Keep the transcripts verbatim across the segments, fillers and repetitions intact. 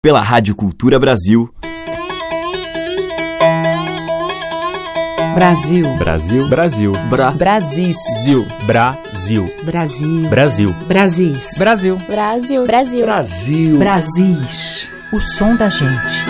pela Rádio Cultura Brasil. Brasil. Brasil. Brasil. Bra. Brasis. Zil. Brasil. Brasil. Brasil. Brasis. Brasil. Brasil. Brasil. Brasil. Brasis. O som da gente.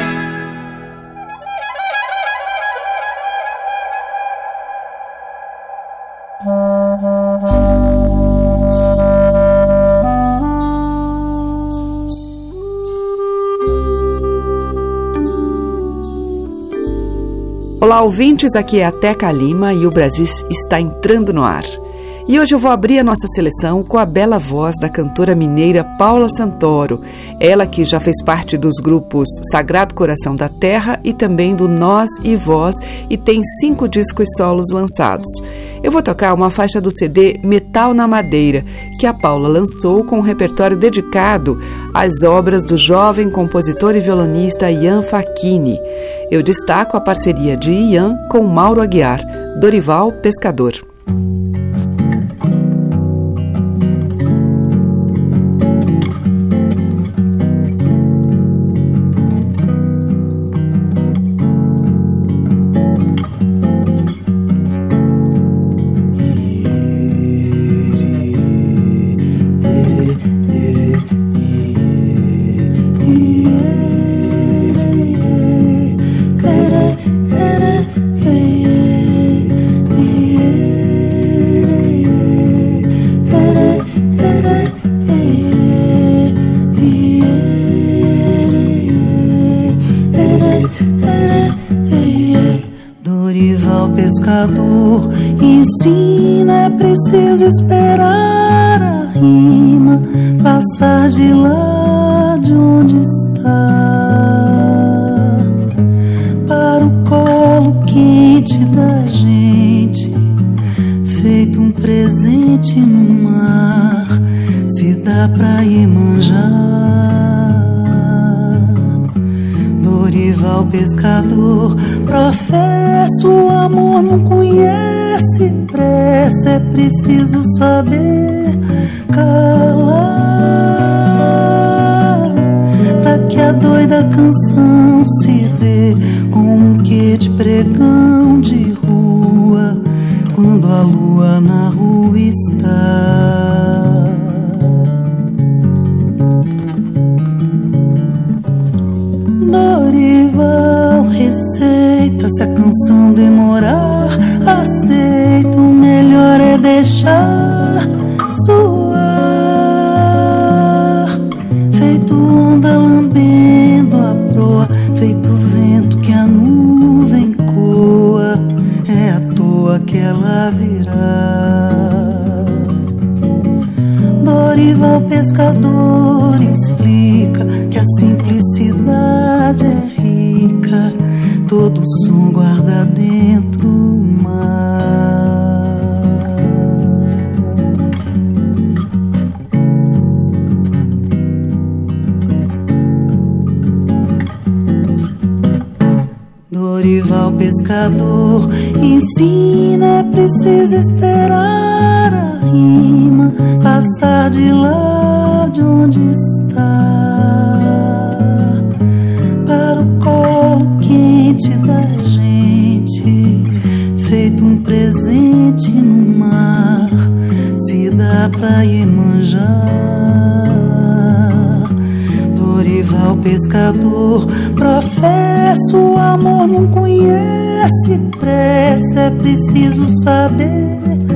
Olá, ouvintes, aqui é a Teca Lima e o Brasis está entrando no ar. E hoje eu vou abrir a nossa seleção com a bela voz da cantora mineira Paula Santoro, ela que já fez parte dos grupos Sagrado Coração da Terra e também do Nós e Voz e tem cinco discos solos lançados. Eu vou tocar uma faixa do C D Metal na Madeira, que a Paula lançou com um repertório dedicado às obras do jovem compositor e violonista Ian Facchini. Eu destaco a parceria de Ian com Mauro Aguiar, Dorival Pescador. Pescador ensina, é preciso esperar a rima passar de lá de onde está para o colo quente da gente, feito um presente no mar, se dá pra Iemanjá. Dorival Pescador professa, o amor não conhece pressa, é preciso saber calar, pra que a doida canção se dê com um quê de pregão de rua, quando a lua na rua está. Dorival receita, se a canção demorar, aceita, o melhor é deixar suar, feito onda lambendo a proa, feito vento que a nuvem coa, é à toa que ela virá. Dorival Pescador explica que a simplicidade é rica, todo som guarda dentro o mar. Dorival Pescador ensina, é preciso esperar a rima passar de lá de onde está para o colo quente da gente, feito um presente no mar, se dá pra Iemanjá. Dorival Pescador professa, o amor não conhece pressa, é preciso saber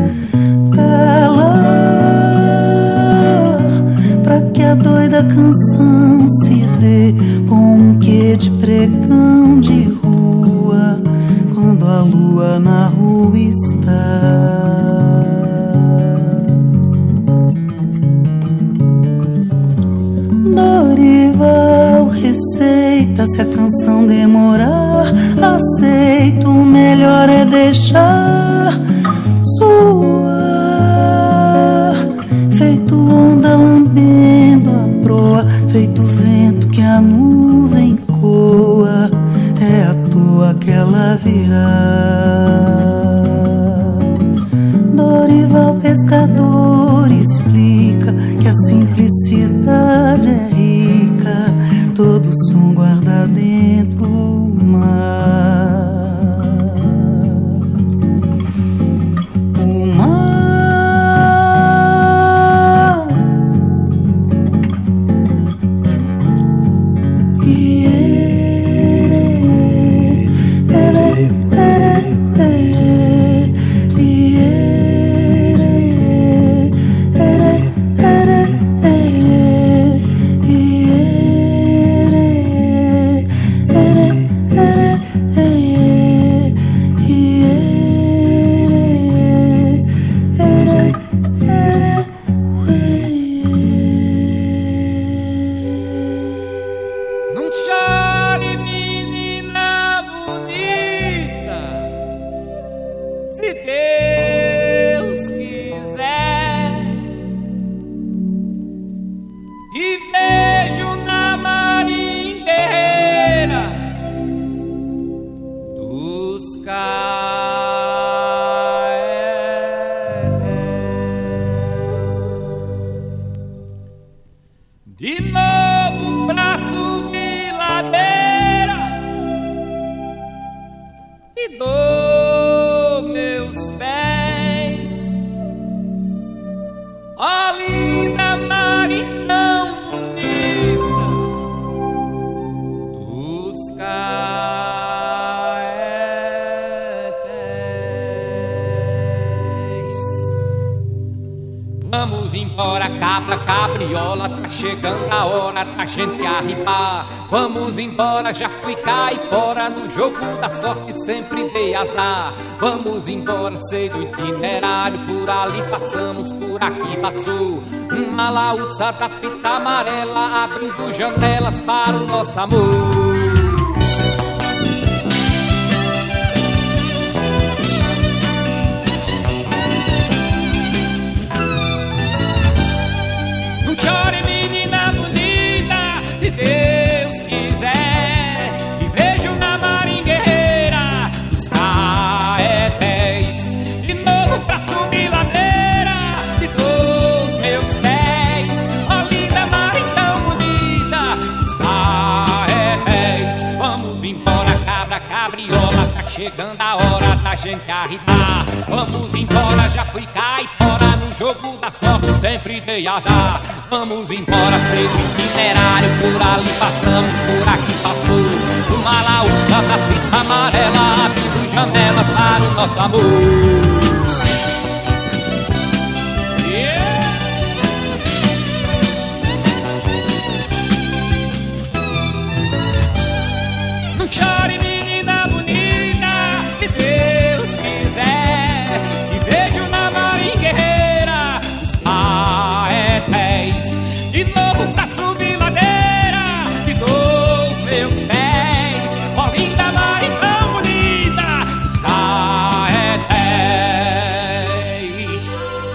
calar, pra que a doida canção se dê com um quê de pregão de rua, quando a lua na rua está. Dorival receita, se a canção demorar, aceita, o melhor é deixar suar, feito onda lambendo a proa, feito vento que a nuvem coa, é à toa que ela virá. Dorival Pescador explica que a simplicidade é rica, todo coração guarda dentro o mar. O mar. E ele, ele, de novo pra subir ladeira, te dou meus pés, ó linda Mari tão bonita dos Caetés. Vamos embora, cabra, cabriola, tá chegando a hora da gente arribar. Vamos embora, já fui caipora, no jogo da sorte sempre dei azar. Vamos embora, sei do itinerário, por ali passamos, por aqui passou uma laúça da fita amarela, abrindo janelas para o nosso amor. Chore, menina bonita, se Deus quiser, te vejo na maringueira dos Caetés. De novo pra subir ladeira, te dou os meus pés, ó linda Mari tão bonita dos Caetés. Vamos embora, cabra, cabriola, tá chegando a hora da gente arribar. Vamos embora, já fui caipora, no jogo da sorte sempre dei azar. Vamos embora, sei do itinerário, por ali passamos, por aqui passou uma laúça da fita amarela, abrindo janelas para o nosso amor. Yeah. Não chore, menina bonita, se Deus quiser, te vejo na maringueira dos Caetés. De novo pra subir ladeira, te dou os meus pés, ó linda Mari tão bonita dos Caetés.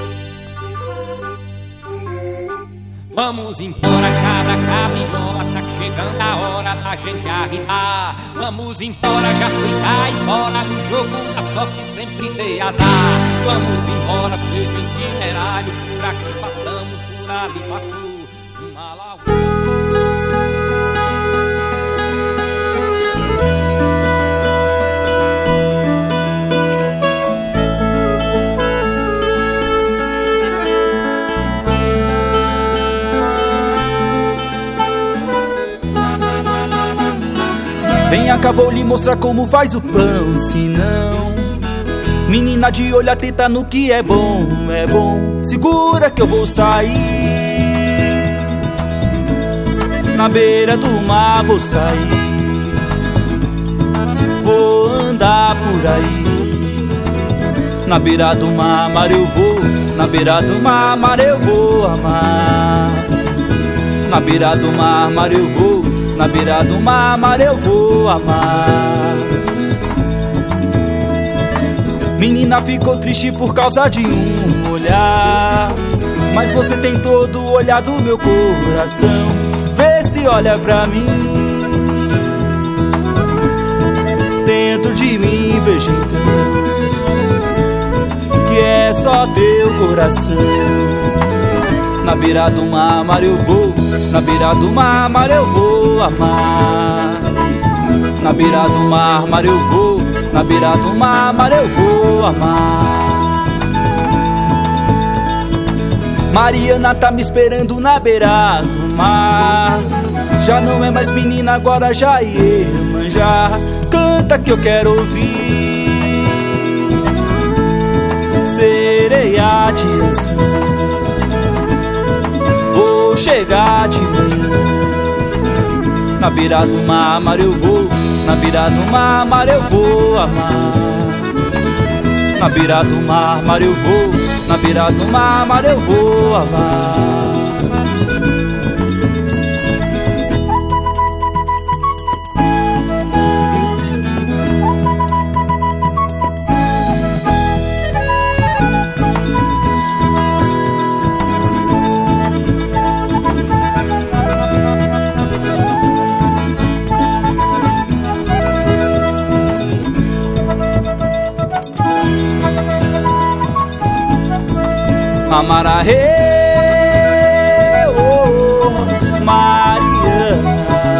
Vamos embora, cabra, cabriola, tá chegando a hora da gente arribar. Vamos embora, já fui caipora, no jogo da sorte sempre dei azar. Vamos embora, seja o itinerário, por aqui passamos, por ali passou. Venha cá, vou lhe mostrar como faz o pão, senão menina de olho atenta no que é bom, é bom. Segura que eu vou sair, na beira do mar vou sair, vou andar por aí. Na beira do mar, mar eu vou, na beira do mar, mar eu vou amar. Na beira do mar, mar eu vou, na beira do mar, mar eu vou amar. Menina ficou triste por causa de um olhar, mas você tem todo o olhar do meu coração. Vê se olha pra mim, dentro de mim veja então que é só teu coração. na beira do mar, mar eu vou, na beira do mar, mar eu vou amar. Na beira do mar, mar eu vou, na beira do mar, mar eu vou amar. Mariana tá me esperando na beira do mar. Já não é mais menina, agora já é irmã já. Canta que eu quero ouvir. Sereia de ançã, vou chegar de manhã. Na beira do mar, mar eu vou, na beira do mar, mar eu vou amar. Na beira do mar, mar eu vou, na beira do mar, mar eu vou amar. Amarahê, oh, Mariana.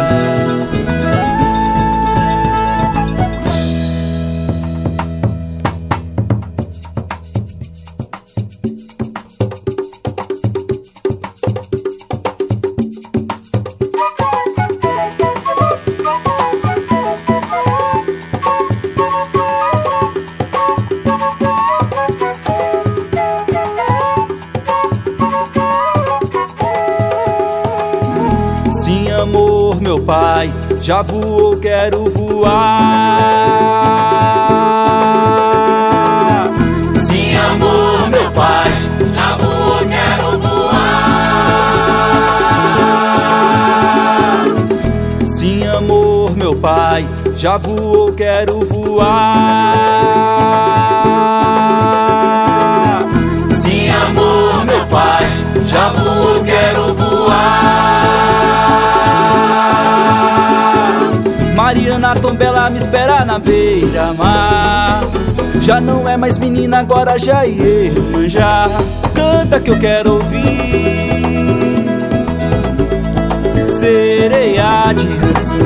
Meu pai já voou, quero voar. Sim, amor, meu pai já voou, quero voar. Sim, amor, meu pai já voou, quero voar. Sim, amor, meu pai já voou, quero voar. Mariana tão bela me espera na beira-mar. Já não é mais menina, agora já é irmã já. Canta que eu quero ouvir. Sereia de ançã,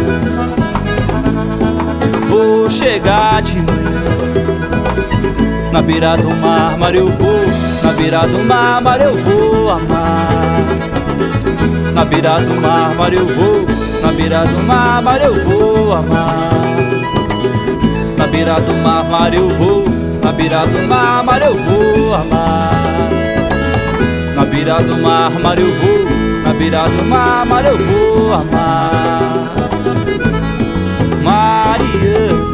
vou chegar de manhã. Na beira do mar, mar eu vou, na beira do mar, mar eu vou amar. Na beira do mar, mar eu vou, na beira do mar, mar eu vou amar. Na beira do mar, mar eu vou, na beira do mar, mar eu vou amar. Na beira do mar, mar eu vou, na beira do mar, mar eu vou amar. Mariana.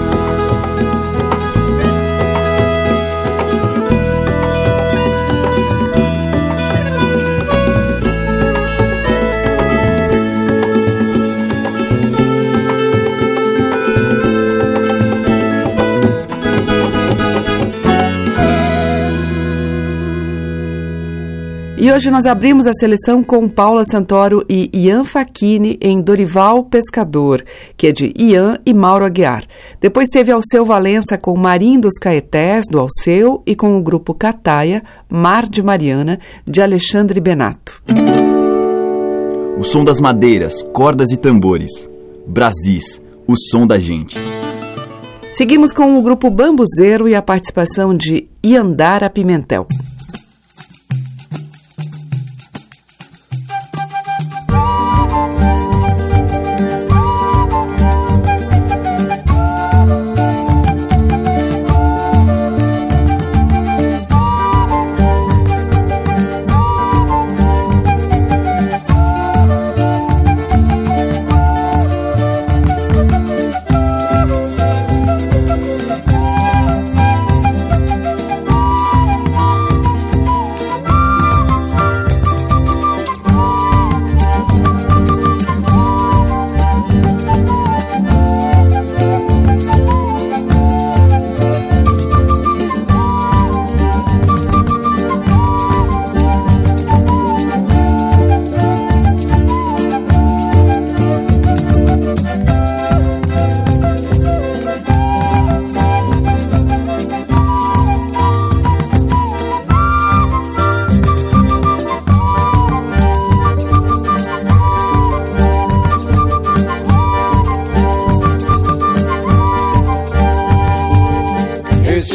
E hoje nós abrimos a seleção com Paula Santoro e Ian Facchini em Dorival Pescador, que é de Ian e Mauro Aguiar. Depois teve Alceu Valença com Marim dos Caetés, do Alceu, e com o grupo Cataia, Mar de Mariana, de Alexandre Benato. O som das madeiras, cordas e tambores. Brasis, o som da gente. Seguimos com o grupo Bambuzeiro e a participação de Iandara Pimentel.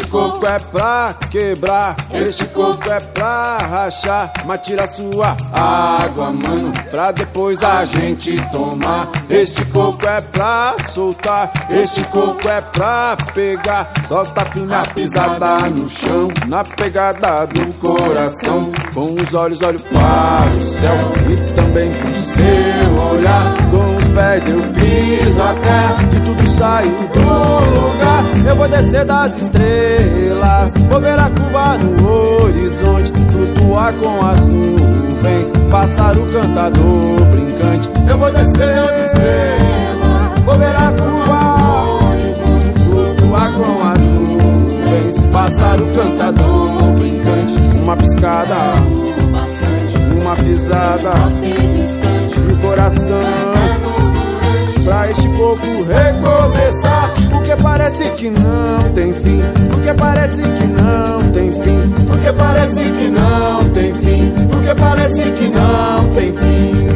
coco é pra quebrar, este coco é pra rachar. Mas tira sua água, mano, pra depois a gente tomar. Este coco é pra soltar, este coco é pra pegar. Solta firme a pisada no chão, na pegada do coração. Com os olhos olho para o céu e também pro seu olhar. Com os pés eu piso a terra e tudo saiu do lugar. Eu vou descer das estrelas, vou ver a curva no horizonte, flutuar com as nuvens, pássaro cantador brincante. Eu vou descer das estrelas, vou ver a curva no horizonte, flutuar com as nuvens, pássaro cantador brincante. Uma piscada, uma pisada no coração, pra este corpo recomeçar. Porque parece que não tem fim, porque parece que não tem fim, porque parece que não tem fim, porque parece que não tem fim.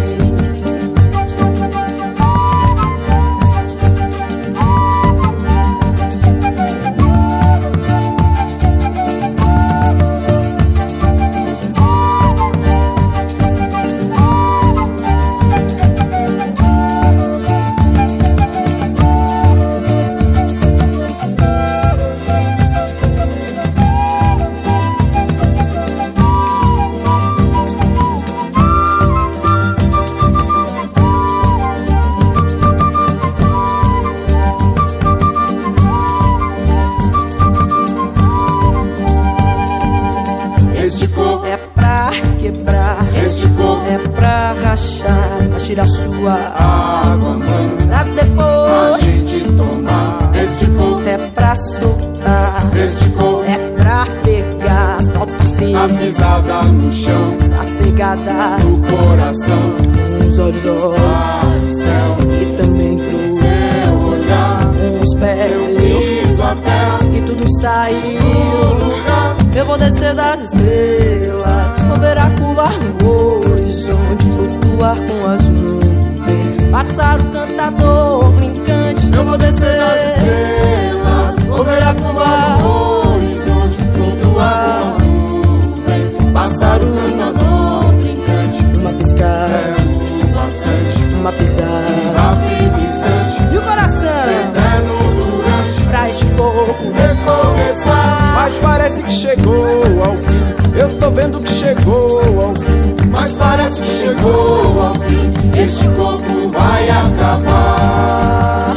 Tira sua água, mano, pra depois a gente tomar. Este coco é pra soltar, este coco é pra pegar. Solta firme a pisada no chão, a pegada do coração. Com os olhos para o céu e também pro seu olhar. Com os pés eu piso a terra e tudo saiu do lugar. Eu vou descer das estrelas, vou ver a curva no horizonte, flutuar com as nuvens, pássaro cantador brincante. Eu vou descer das estrelas, vou ver a curva no horizonte, flutuar com as nuvens, pássaro cantador brincante. Uma piscada, é bastante, uma pisada rápido instante, e o coração eterno durante, pra este corpo recomeçar. Mas parece que chegou ao fim, eu tô vendo que chegou ao fim. Mas parece que chegou ao fim, este corpo vai acabar.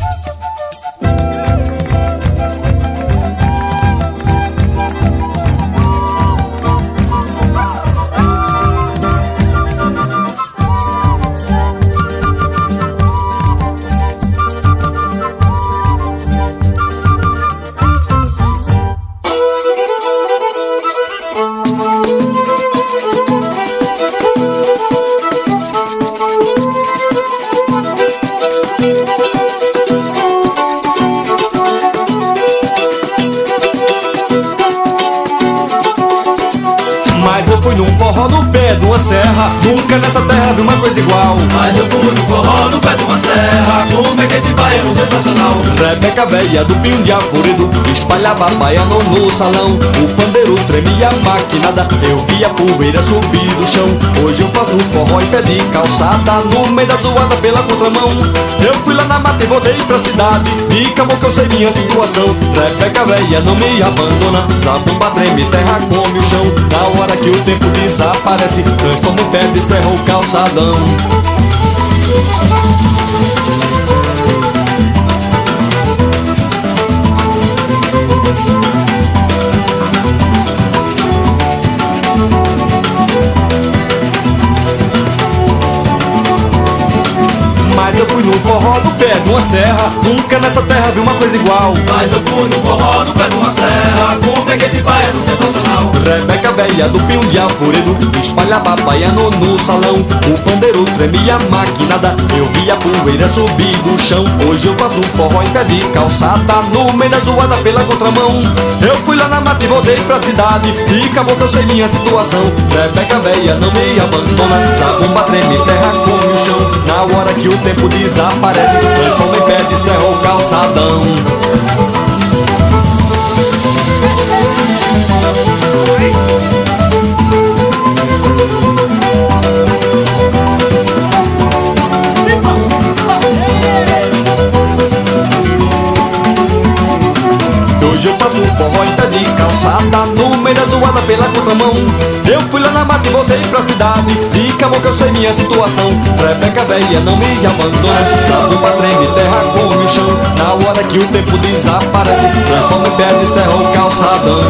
De uma serra, nunca nessa terra vi uma coisa igual. Mas eu fui no forró no pé de uma serra, com um mequete baiano sensacional. Rebeca velha do pinho de apurido espalhava baiano no salão. O pandeiro tremia a maquinada, eu via a poeira subir do chão. Hoje eu faço forró em pé de calçada, no meio da zoada pela contramão. Eu fui lá na mata e voltei pra cidade, e acabou que eu sei minha situação. Rebeca velha não me abandona, zabumba treme, terra come o chão. Na hora que o tempo desaparece, transforma em pé de serra o calçadão. Mas eu fui no forró do pé de uma serra, nunca nessa terra vi uma coisa igual. Mas eu fui no forró no pé de uma serra, com um mequete baiano sensacional. Rebeca velha do pinho de apurido espalhava baiano no salão. O pandeiro tremia a maquinada, eu via a poeira subir do chão. Hoje eu faço um forró em pé de calçada, no meio da zoada pela contramão. Eu fui lá na mata e voltei pra cidade, e acabou que eu sei minha situação. Rebeca velha não me abandona, zabumba treme, terra come o chão. Na hora que o tempo desaparece, transforma em pé de serra o calçadão. forró em pé de calçada, no meio da zoada pela contramão. Eu fui lá na mata e voltei pra cidade, e acabou que eu sei minha situação. Rebeca velha não me abandona, trago pra trem e terra come o chão. Na hora que o tempo desaparece, transforma em pé de serra o calçadão.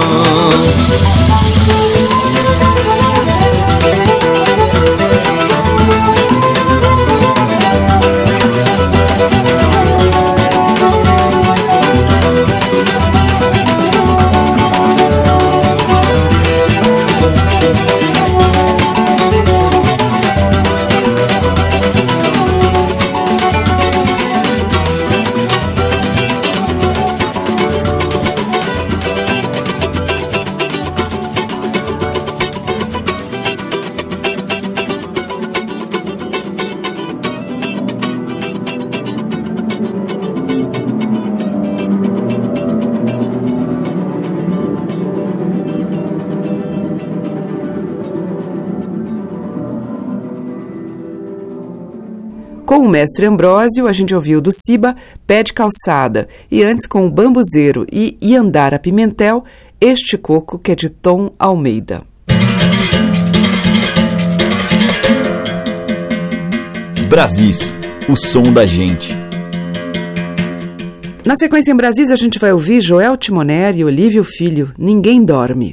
Com o mestre Ambrósio, a gente ouviu do Ciba, Pé de Calçada, e antes com o Bambuzeiro e Iandara Pimentel, Este Coco, que é de Tom Almeida. Brasis, o som da gente. Na sequência em Brasis, a gente vai ouvir Joel Timoner e Olívio Filho, Ninguém Dorme.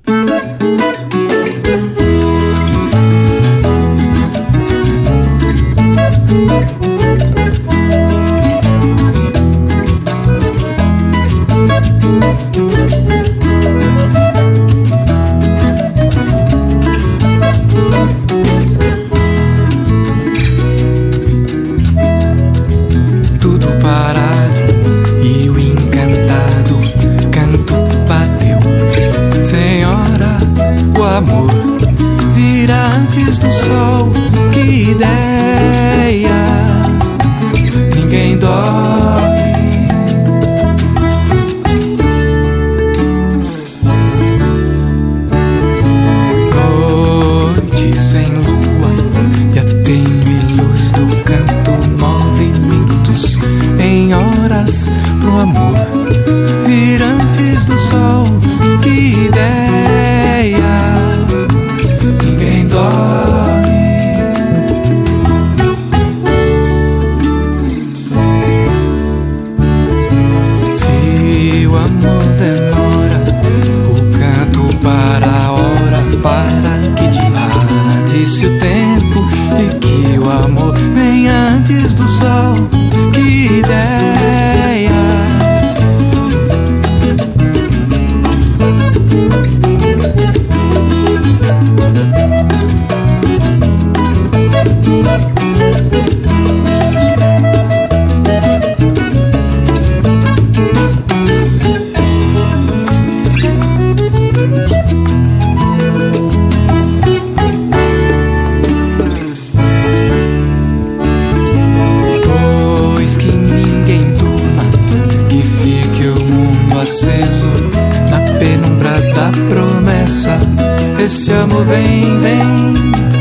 Esse amor vem, vem,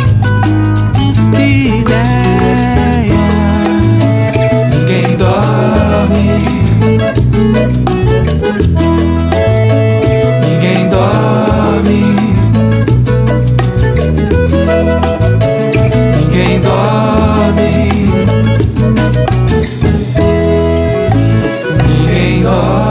que ideia. Ninguém dorme, ninguém dorme, ninguém dorme, ninguém dorme.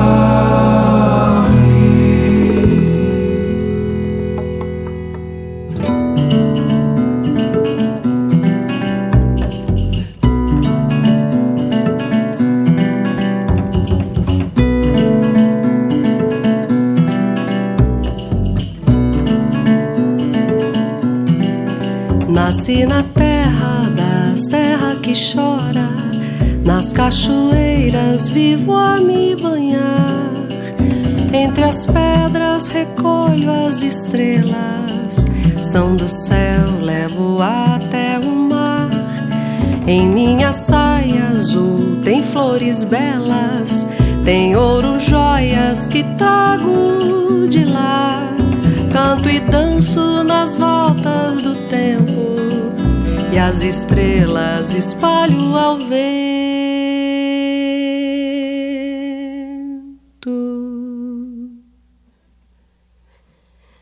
Nasci na terra da serra que chora, nas cachoeiras vivo a me banhar. Entre as pedras recolho as estrelas, são do céu, levo até o mar. Em minha saia azul tem flores belas, tem ouro, joias que trago de lá. Canto e danço nas voltas do tempo, e as estrelas espalho ao vento.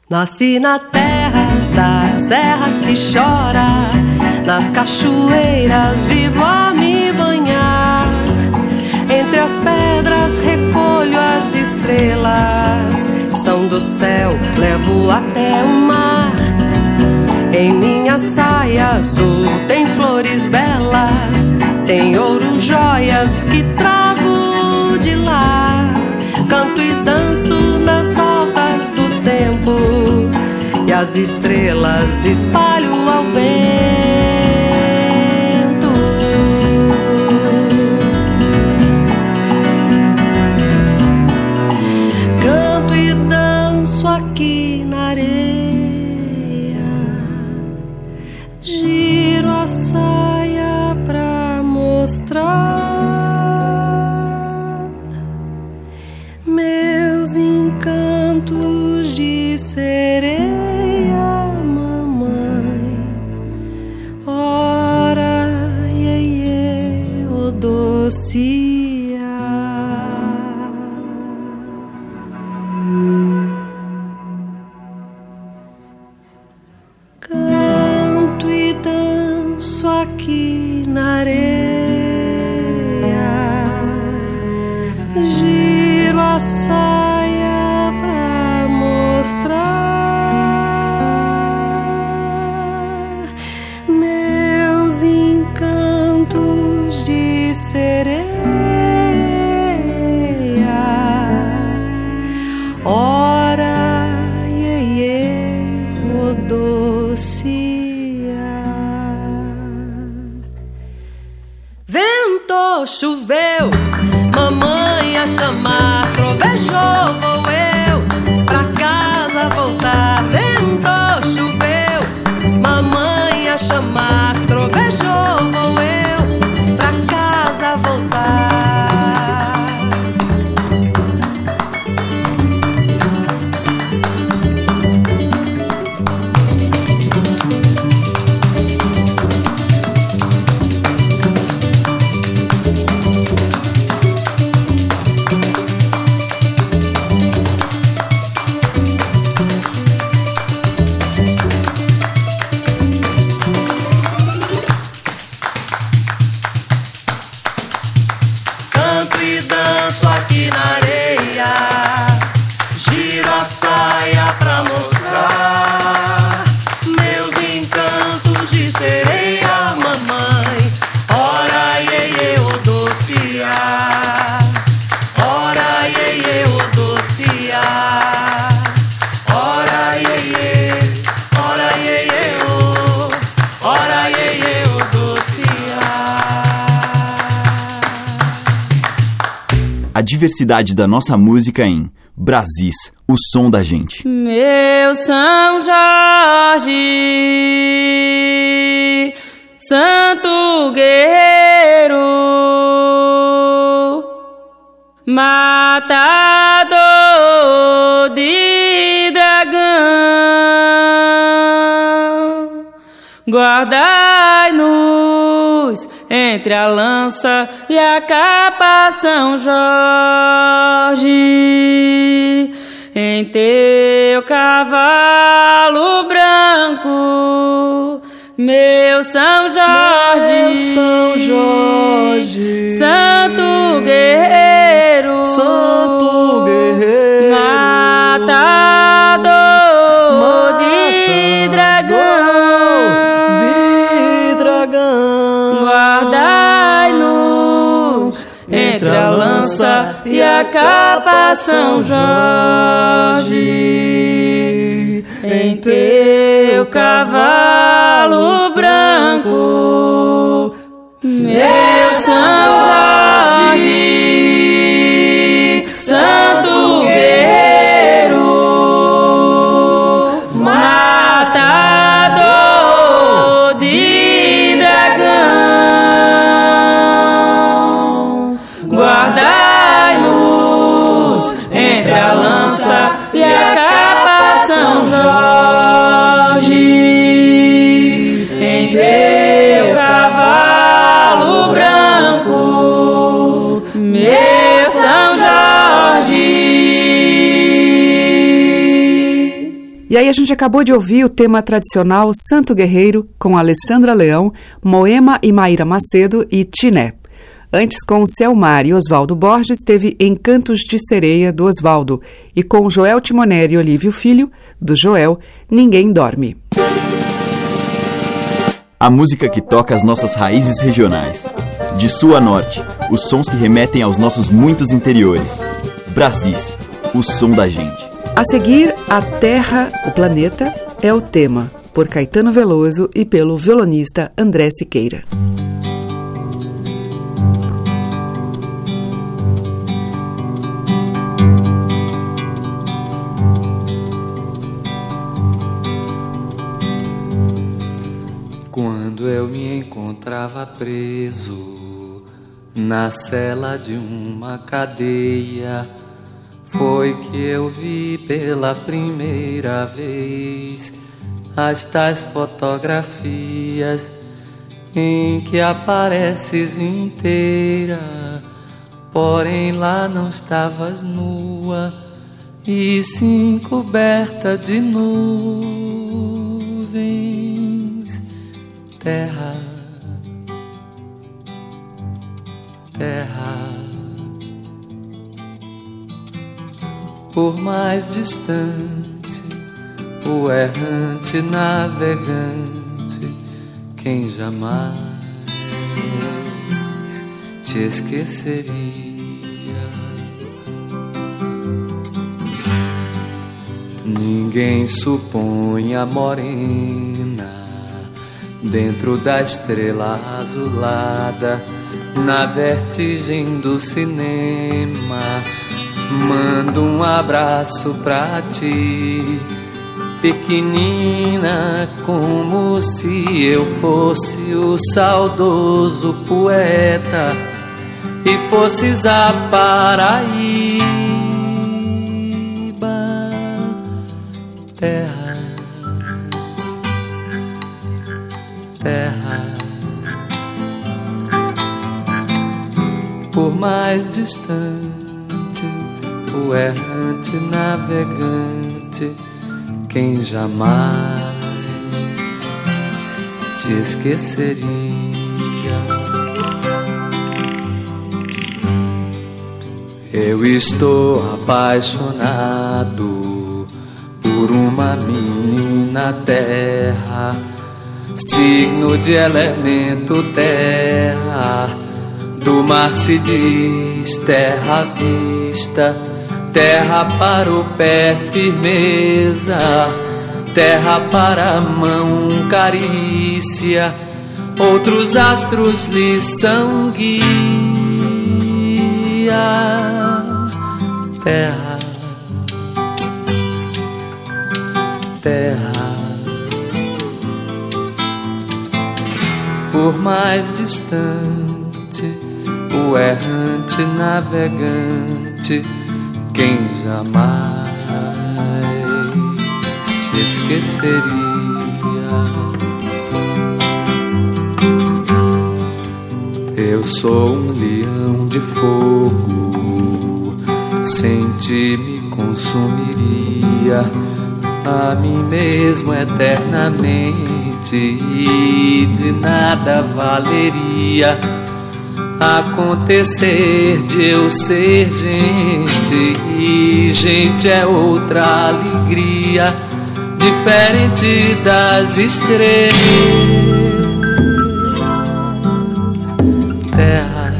Nasci na terra da serra que chora, nas cachoeiras vivo a me banhar. Entre as pedras recolho as estrelas, são do céu, levo até o mar. Em minha saia azul tem flores belas, tem ouro, joias que trago de lá. Canto e danço nas voltas do tempo, e as estrelas espalho ao vento. Canto e danço aqui na areia, giro a saia pra mostrar meus encantos de sereia, mamãe. Ora, iê, iê, ô docia. Canto e danço aqui na areia, giro a saia pra mostrar meus encantos de sereia. Ora, iê, iê, ô docia. Ventou, choveu, mamãe a chamar, trovejou, vou eu pra casa voltar. Ventou, choveu, mamãe a chamar, trovejou, vou eu pra casa voltar. Canto e danço aqui na areia, giro a saia pra mostrar meus encantos de sereia, mamãe. Ora, iê, iê, ô docia. Ora, iê, iê, ô docia. Ora, iê, iê. Ora, iê, iê, ô. Ora, iê, iê, ô docia. A diversidade da nossa música em Brasis, o som da gente. Meu São Jorge, santo guerreiro, matador de dragão, guardai-nos entre a lança e a capa, São Jorge, em teu cavalo branco, meu São Jorge, meu São Jorge, santo guerreiro, santo guerreiro, matador, matador de dragão, de dragão, guardai-nos entre a lança e a capa, São Jorge, em teu cavalo branco, meu São Jorge, santo guerreiro, matador de dragão, guardai-nos entre a lança e a capa, São Jorge, em teu cavalo branco, meu São Jorge. E aí a gente acabou de ouvir o tema tradicional Santo Guerreiro, com Alessandra Leão, Moema e Maíra Macedo e Tiné. Antes, com Selmar e Oswaldo Borges, teve Encantos de Sereia, do Oswaldo. E com Joel Timoneri e Olívio Filho, do Joel, Ninguém Dorme. A música que toca as nossas raízes regionais. De sul a norte, os sons que remetem aos nossos muitos interiores. Brasis, o som da gente. A seguir, A Terra, o Planeta, é o tema, por Caetano Veloso e pelo violonista André Siqueira. Quando eu me encontrava preso na cela de uma cadeia, foi que eu vi pela primeira vez as tais fotografias em que apareces inteira, porém lá não estavas nua e sim coberta de nuvens. Terra, terra, por mais distante, o errante navegante, quem jamais te esqueceria. Ninguém supõe a morena dentro da estrela azulada, na vertigem do cinema. Mando um abraço pra ti, pequenina, como se eu fosse o saudoso poeta e fosses a Paraíba. Terra, terra, por mais distante, o errante navegante, quem jamais te esqueceria. Eu estou apaixonado por uma menina terra, signo de elemento terra. Do mar se diz terra vista, terra para o pé firmeza, terra para a mão carícia, outros astros lhe são guia. Terra, terra, por mais distante, o errante navegante, quem jamais te esqueceria. Eu sou um leão de fogo, sem ti me consumiria a mim mesmo eternamente, e de nada valeria acontecer de eu ser gente, e gente é outra alegria, diferente das estrelas. Terra,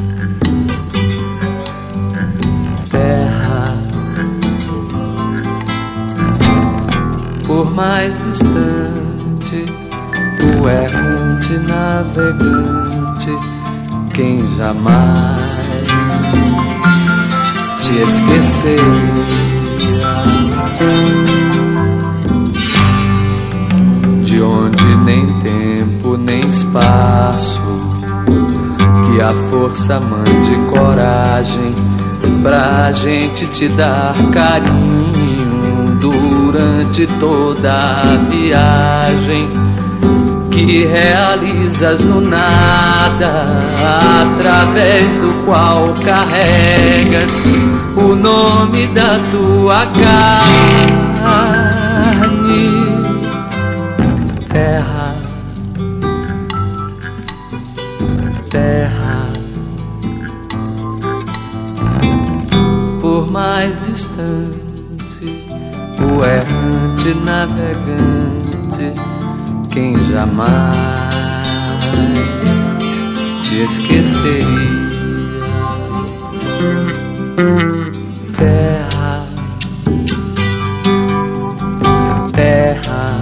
terra, por mais distante, o errante navegante, quem jamais te esqueceria. De onde nem tempo nem espaço, que a força mande coragem pra gente te dar carinho durante toda a viagem que realizas no nada, através do qual carregas o nome da tua casa. mais distante, o errante navegante, quem jamais te esqueceria. Terra, terra,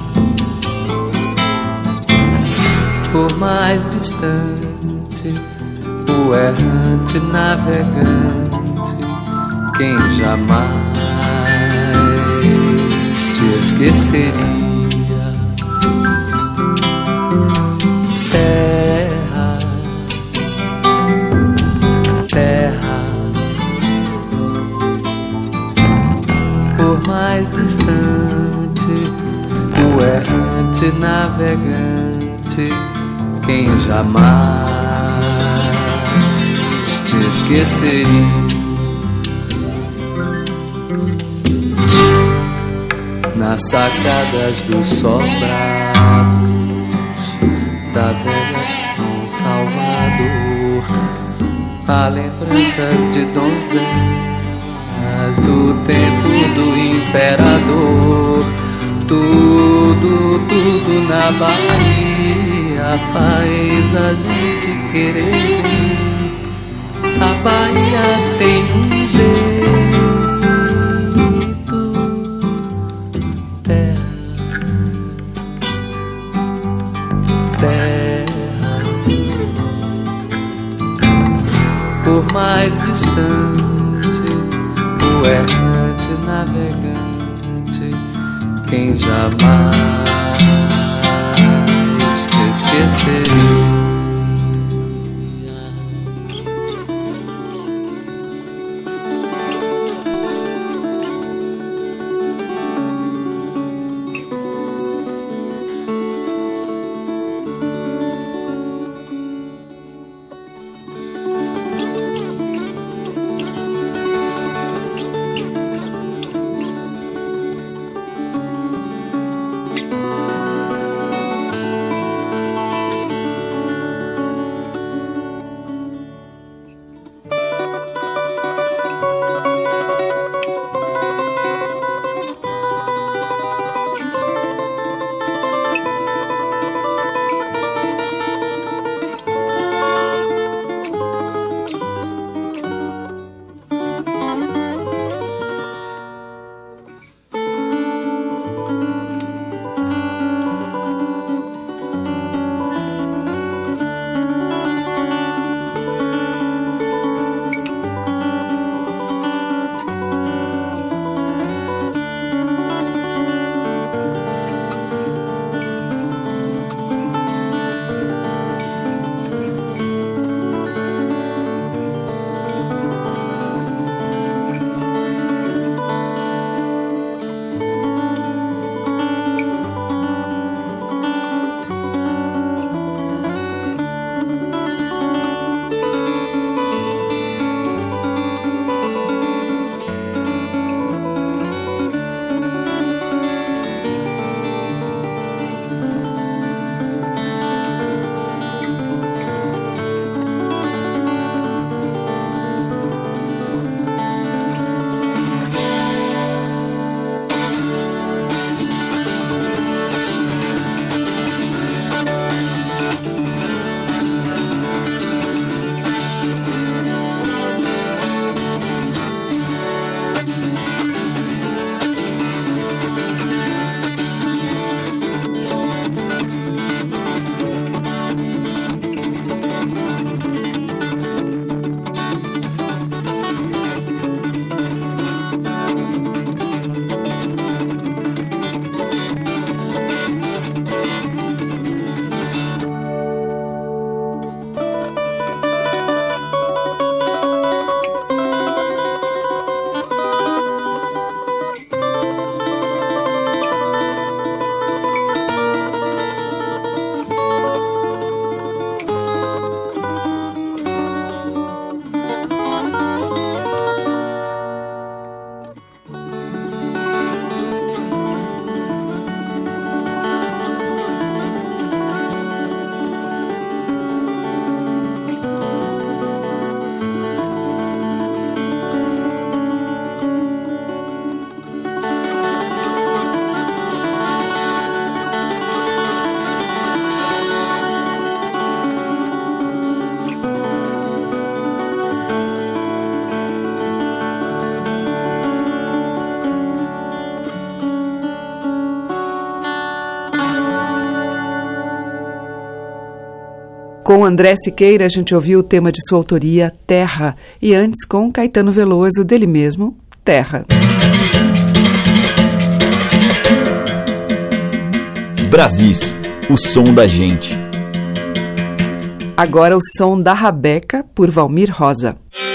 por mais distante, o errante navegante, quem jamais te esqueceria. Terra, terra, por mais distante, o errante navegante, quem jamais te esqueceria. Nas sacadas dos sobrados da velha São Salvador, há lembranças de donzelas do tempo do imperador. Tudo, tudo na Bahia faz a gente querer vir. A Bahia tem um jeito, terra, terra, por mais distante, o errante navegante, quem jamais te esqueceria. André Siqueira, a gente ouviu o tema de sua autoria, Terra, e antes com Caetano Veloso, dele mesmo, Terra. Brasis, o som da gente. Agora o som da Rabeca, por Valmir Rosa.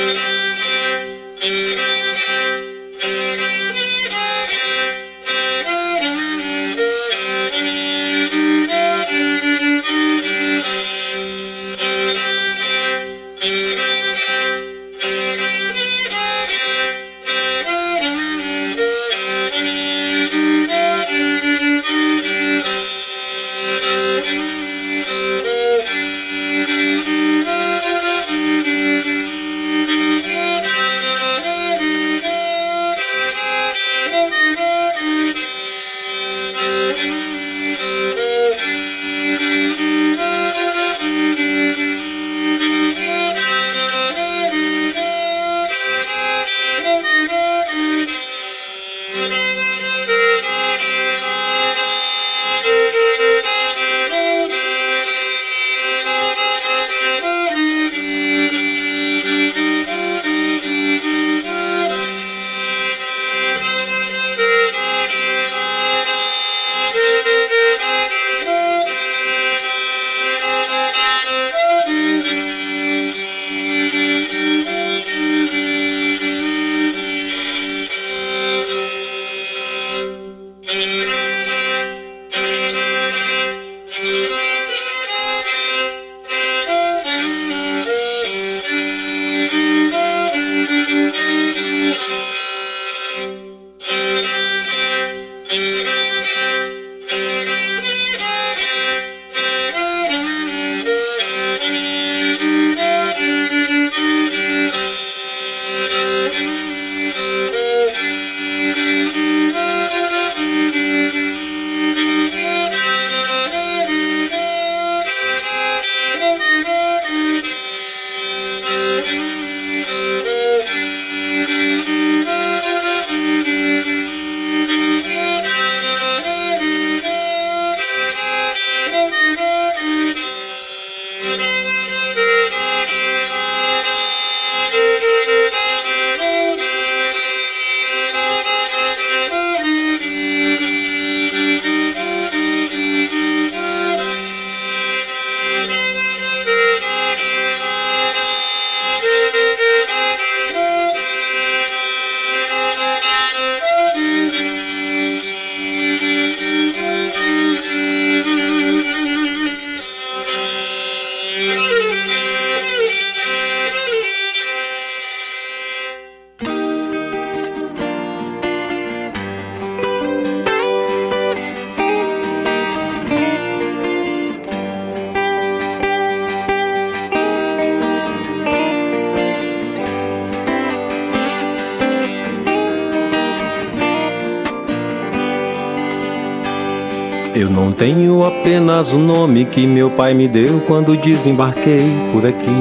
Eu não tenho apenas o nome que meu pai me deu quando desembarquei por aqui,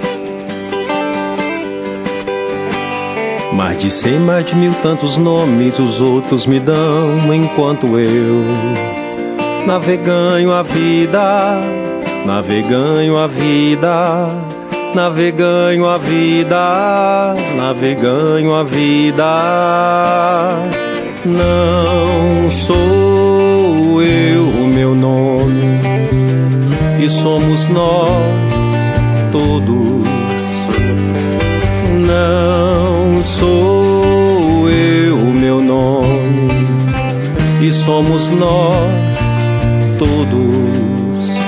mas de cem, mais de mil tantos nomes os outros me dão, enquanto eu naveganho a vida, naveganho a vida, naveganho a vida, naveganho a vida. Não sou eu o meu nome, e somos nós todos. Não sou eu o meu nome, e somos nós todos.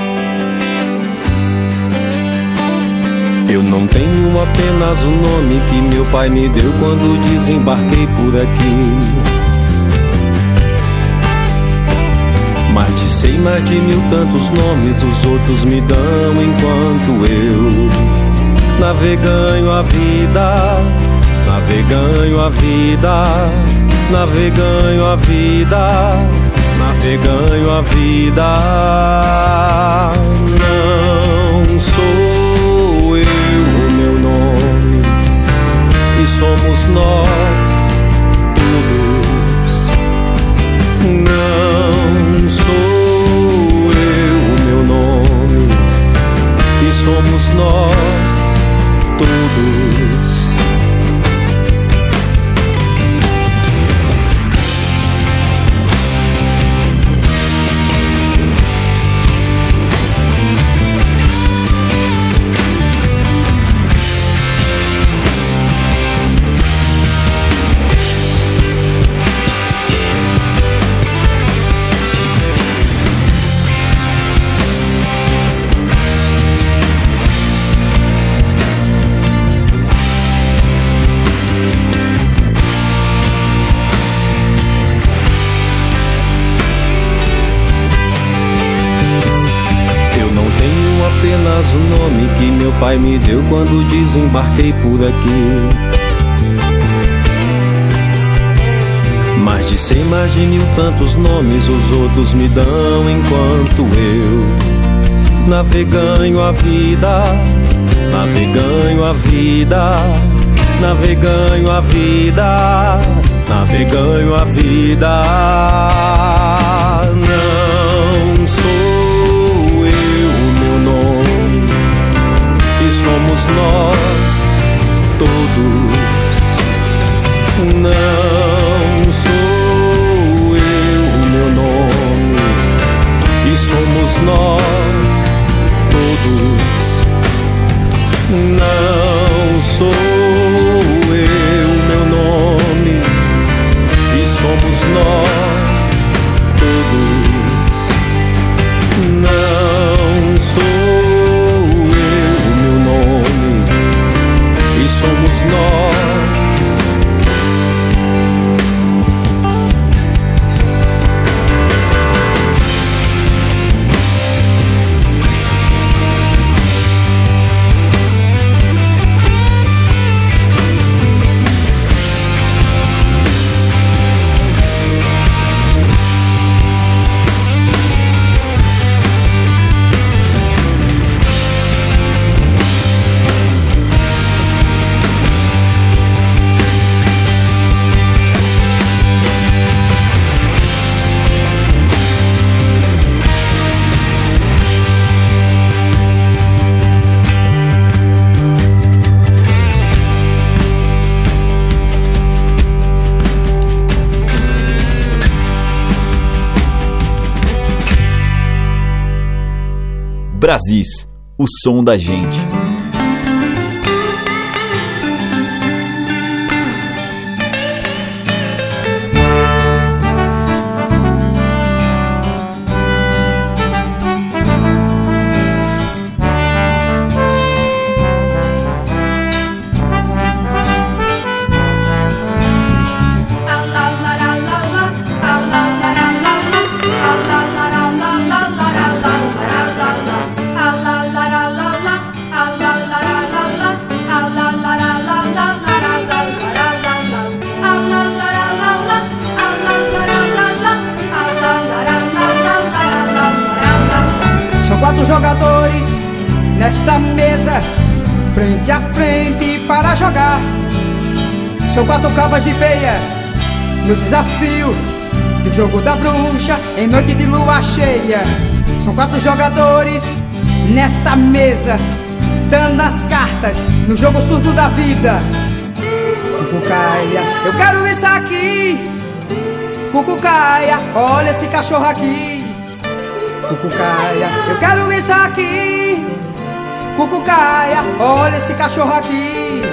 Eu não tenho apenas o nome que meu pai me deu quando desembarquei por aqui, mais de cem, mais de mil tantos nomes os outros me dão, enquanto eu naveganho a vida, naveganho a vida, naveganho a vida, naveganho a vida. Não sou eu o meu nome, e somos nós todos. Não sou eu o meu nome, e somos pai me deu quando desembarquei por aqui. Mais de cem, mais de mil tantos nomes os outros me dão, enquanto eu naveganho a vida, naveganho a vida, naveganho a vida, naveganho a vida. Não sou eu meu nome, e somos nós todos. Não sou eu meu nome, e somos nós todos. Não sou eu meu nome, e somos nós todos. Não sou eu meu nome, e somos nós. Brasis, o som da gente. Jogadores nesta mesa, frente a frente para jogar. São quatro cabas de peia no desafio do jogo da bruxa em noite de lua cheia. São quatro jogadores nesta mesa, dando as cartas no jogo surdo da vida. Cucucaia, eu quero isso aqui. Cucucaia, olha esse cachorro aqui. Cucucaia, eu quero isso aqui. Cucucaia, olha esse cachorro aqui.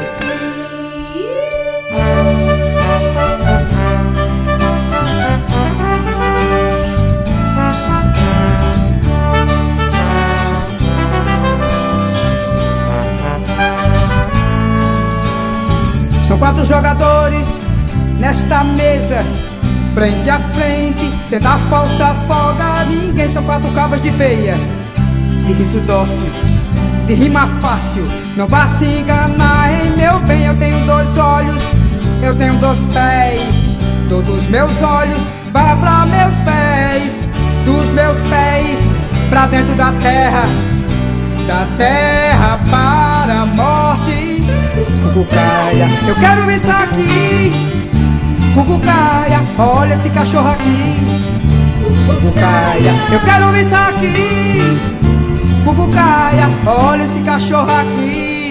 São quatro jogadores nesta mesa, frente a frente, sem dar falsa folga a ninguém. São quatro cabas de peia, de riso dócil, de rima fácil. Não vá se enganar, hein, meu bem. Eu tenho dois olhos, eu tenho dois pés. Todos meus olhos vão pra meus pés, dos meus pés pra dentro da terra, da terra para a morte. Cucucaia, eu quero isso aqui. Cucucaia, olha esse cachorro aqui. Cucucaia, eu quero isso aqui. Cucucaia, olha esse cachorro aqui.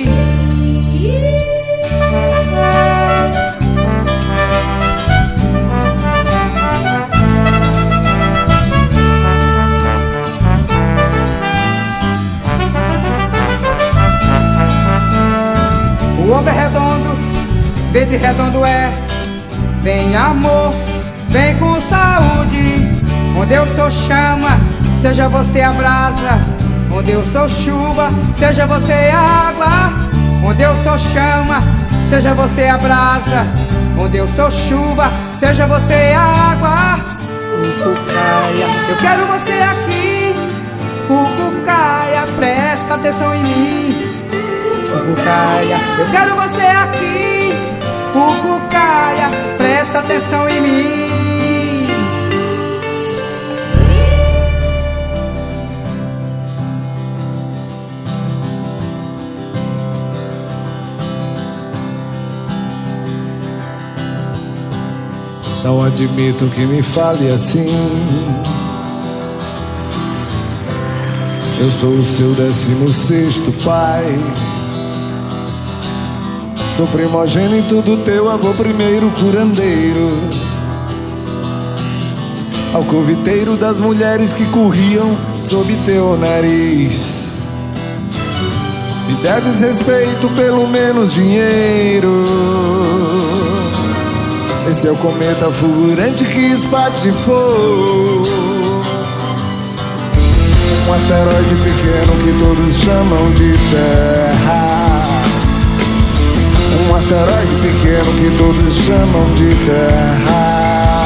O ovo é redondo, verde redondo é. Vem amor, vem com saúde. Onde eu sou chama, seja você a brasa. Onde eu sou chuva, seja você a água. Onde eu sou chama, seja você a brasa. Onde eu sou chuva, seja você a água. Cucucaia, eu quero você aqui. Cucucaia, presta atenção em mim. Pucucaia, eu quero você aqui, Pucucaia, presta atenção em mim. Não admito que me fale assim. Eu sou o seu décimo sexto pai. Sou primogênito do teu avô primeiro curandeiro, alcoviteiro das mulheres que corriam sob teu nariz. Me deves respeito, pelo menos dinheiro. Esse é o cometa fulgurante que espatifou um asteroide pequeno que todos chamam de Terra. Um asteroide pequeno que todos chamam de Terra.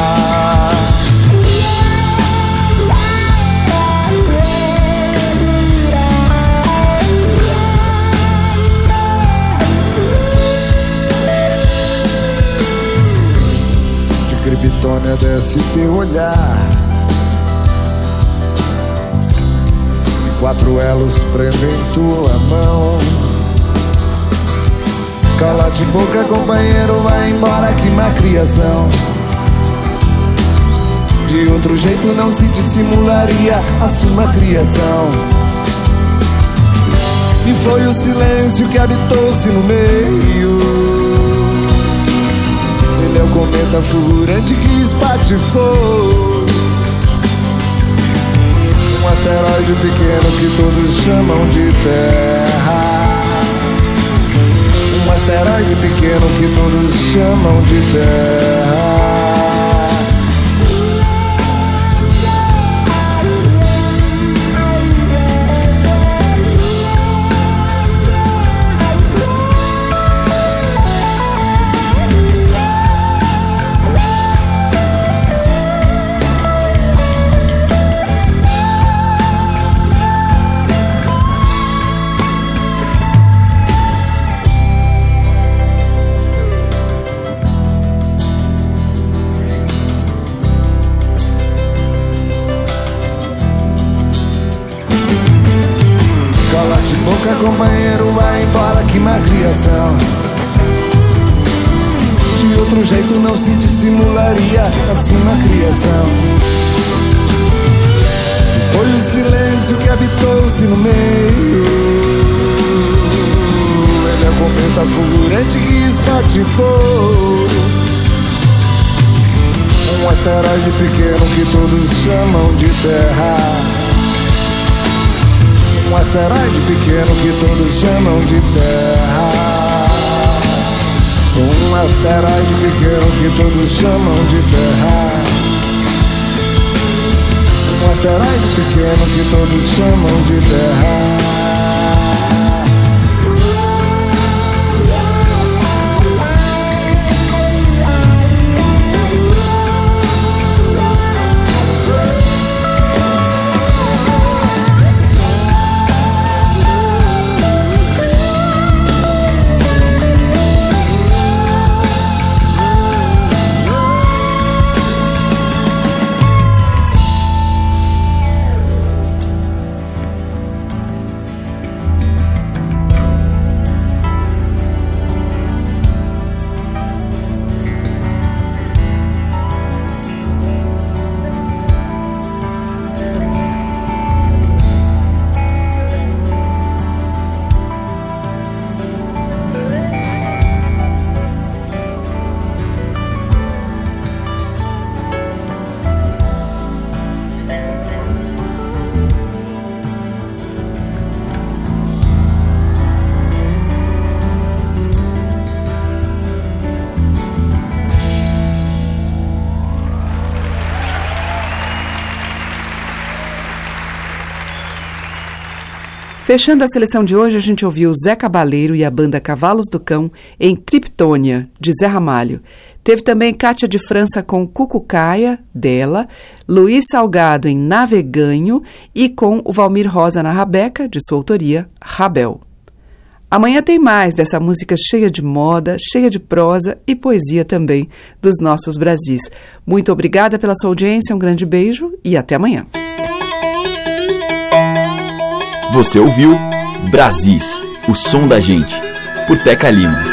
Kryptônia desce teu olhar, e quatro elos prendem tua mão. Cala-te boca, companheiro, vai embora, que má criação. De outro jeito não se dissimularia a sua criação. E foi o silêncio que habitou-se no meio. Ele é o cometa fulgurante que espatifou um asteroide pequeno que todos chamam de Terra. Um asteroide pequeno que todos chamam de Terra. Companheiro, vai embora, que má criação. De outro jeito não se dissimularia a sua criação. Foi o silêncio que habitou-se no meio. Ele é o cometa fulgurante que espatifou um asteroide pequeno que todos chamam de Terra. Um asteroide pequeno que todos chamam de Terra. Um asteroide pequeno que todos chamam de Terra. Um asteroide pequeno que todos chamam de Terra. Fechando a seleção de hoje, a gente ouviu Zé Cabaleiro e a banda Cavalos do Cão em Kryptonia, de Zé Ramalho. Teve também Cátia de França com Cucucaia, dela, Luiz Salgado em Naveganho e com o Valmir Rosa na Rabeca, de sua autoria, Rabel. Amanhã tem mais dessa música cheia de moda, cheia de prosa e poesia também dos nossos Brasis. Muito obrigada pela sua audiência, um grande beijo e até amanhã. Você ouviu Brasis, o som da gente, por Teca Lima.